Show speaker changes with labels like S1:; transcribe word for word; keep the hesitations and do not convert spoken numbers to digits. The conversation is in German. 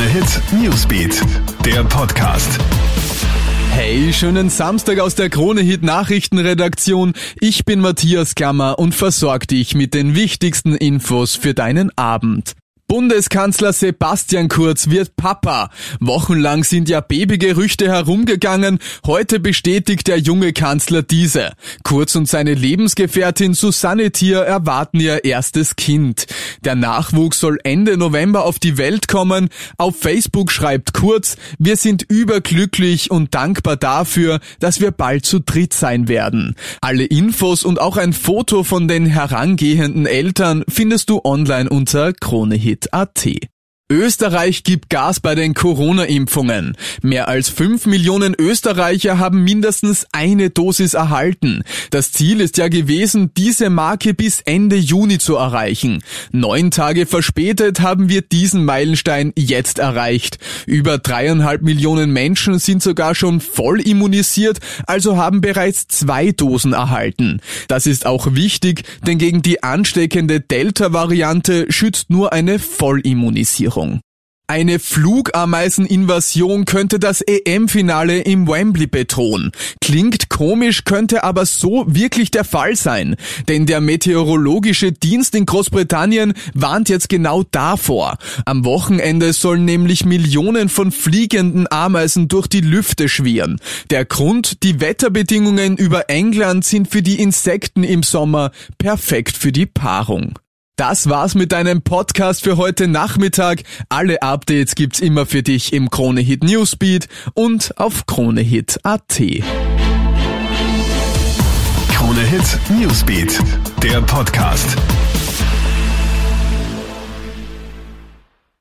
S1: Hit Newsbeat, der Podcast.
S2: Hey, schönen Samstag aus der Krone Hit Nachrichtenredaktion. Ich bin Matthias Klammer und versorge dich mit den wichtigsten Infos für deinen Abend. Bundeskanzler Sebastian Kurz wird Papa. Wochenlang sind ja Babygerüchte herumgegangen. Heute bestätigt der junge Kanzler diese. Kurz und seine Lebensgefährtin Susanne Thier erwarten ihr erstes Kind. Der Nachwuchs soll Ende November auf die Welt kommen. Auf Facebook schreibt Kurz: Wir sind überglücklich und dankbar dafür, dass wir bald zu dritt sein werden. Alle Infos und auch ein Foto von den herangehenden Eltern findest du online unter kronehit punkt at. Österreich gibt Gas bei den Corona-Impfungen. Mehr als fünf Millionen Österreicher haben mindestens eine Dosis erhalten. Das Ziel ist ja gewesen, diese Marke bis Ende Juni zu erreichen. Neun Tage verspätet haben wir diesen Meilenstein jetzt erreicht. Über dreieinhalb Millionen Menschen sind sogar schon voll immunisiert, also haben bereits zwei Dosen erhalten. Das ist auch wichtig, denn gegen die ansteckende Delta-Variante schützt nur eine Vollimmunisierung. Eine Flugameiseninvasion könnte das E M-Finale im Wembley bedrohen. Klingt komisch, könnte aber so wirklich der Fall sein. Denn der Meteorologische Dienst in Großbritannien warnt jetzt genau davor. Am Wochenende sollen nämlich Millionen von fliegenden Ameisen durch die Lüfte schwirren. Der Grund: die Wetterbedingungen über England sind für die Insekten im Sommer perfekt für die Paarung. Das war's mit deinem Podcast für heute Nachmittag. Alle Updates gibt's immer für dich im Krone Hit Newsbeat und auf kronehit punkt at.
S1: Krone Hit Newsbeat, der Podcast.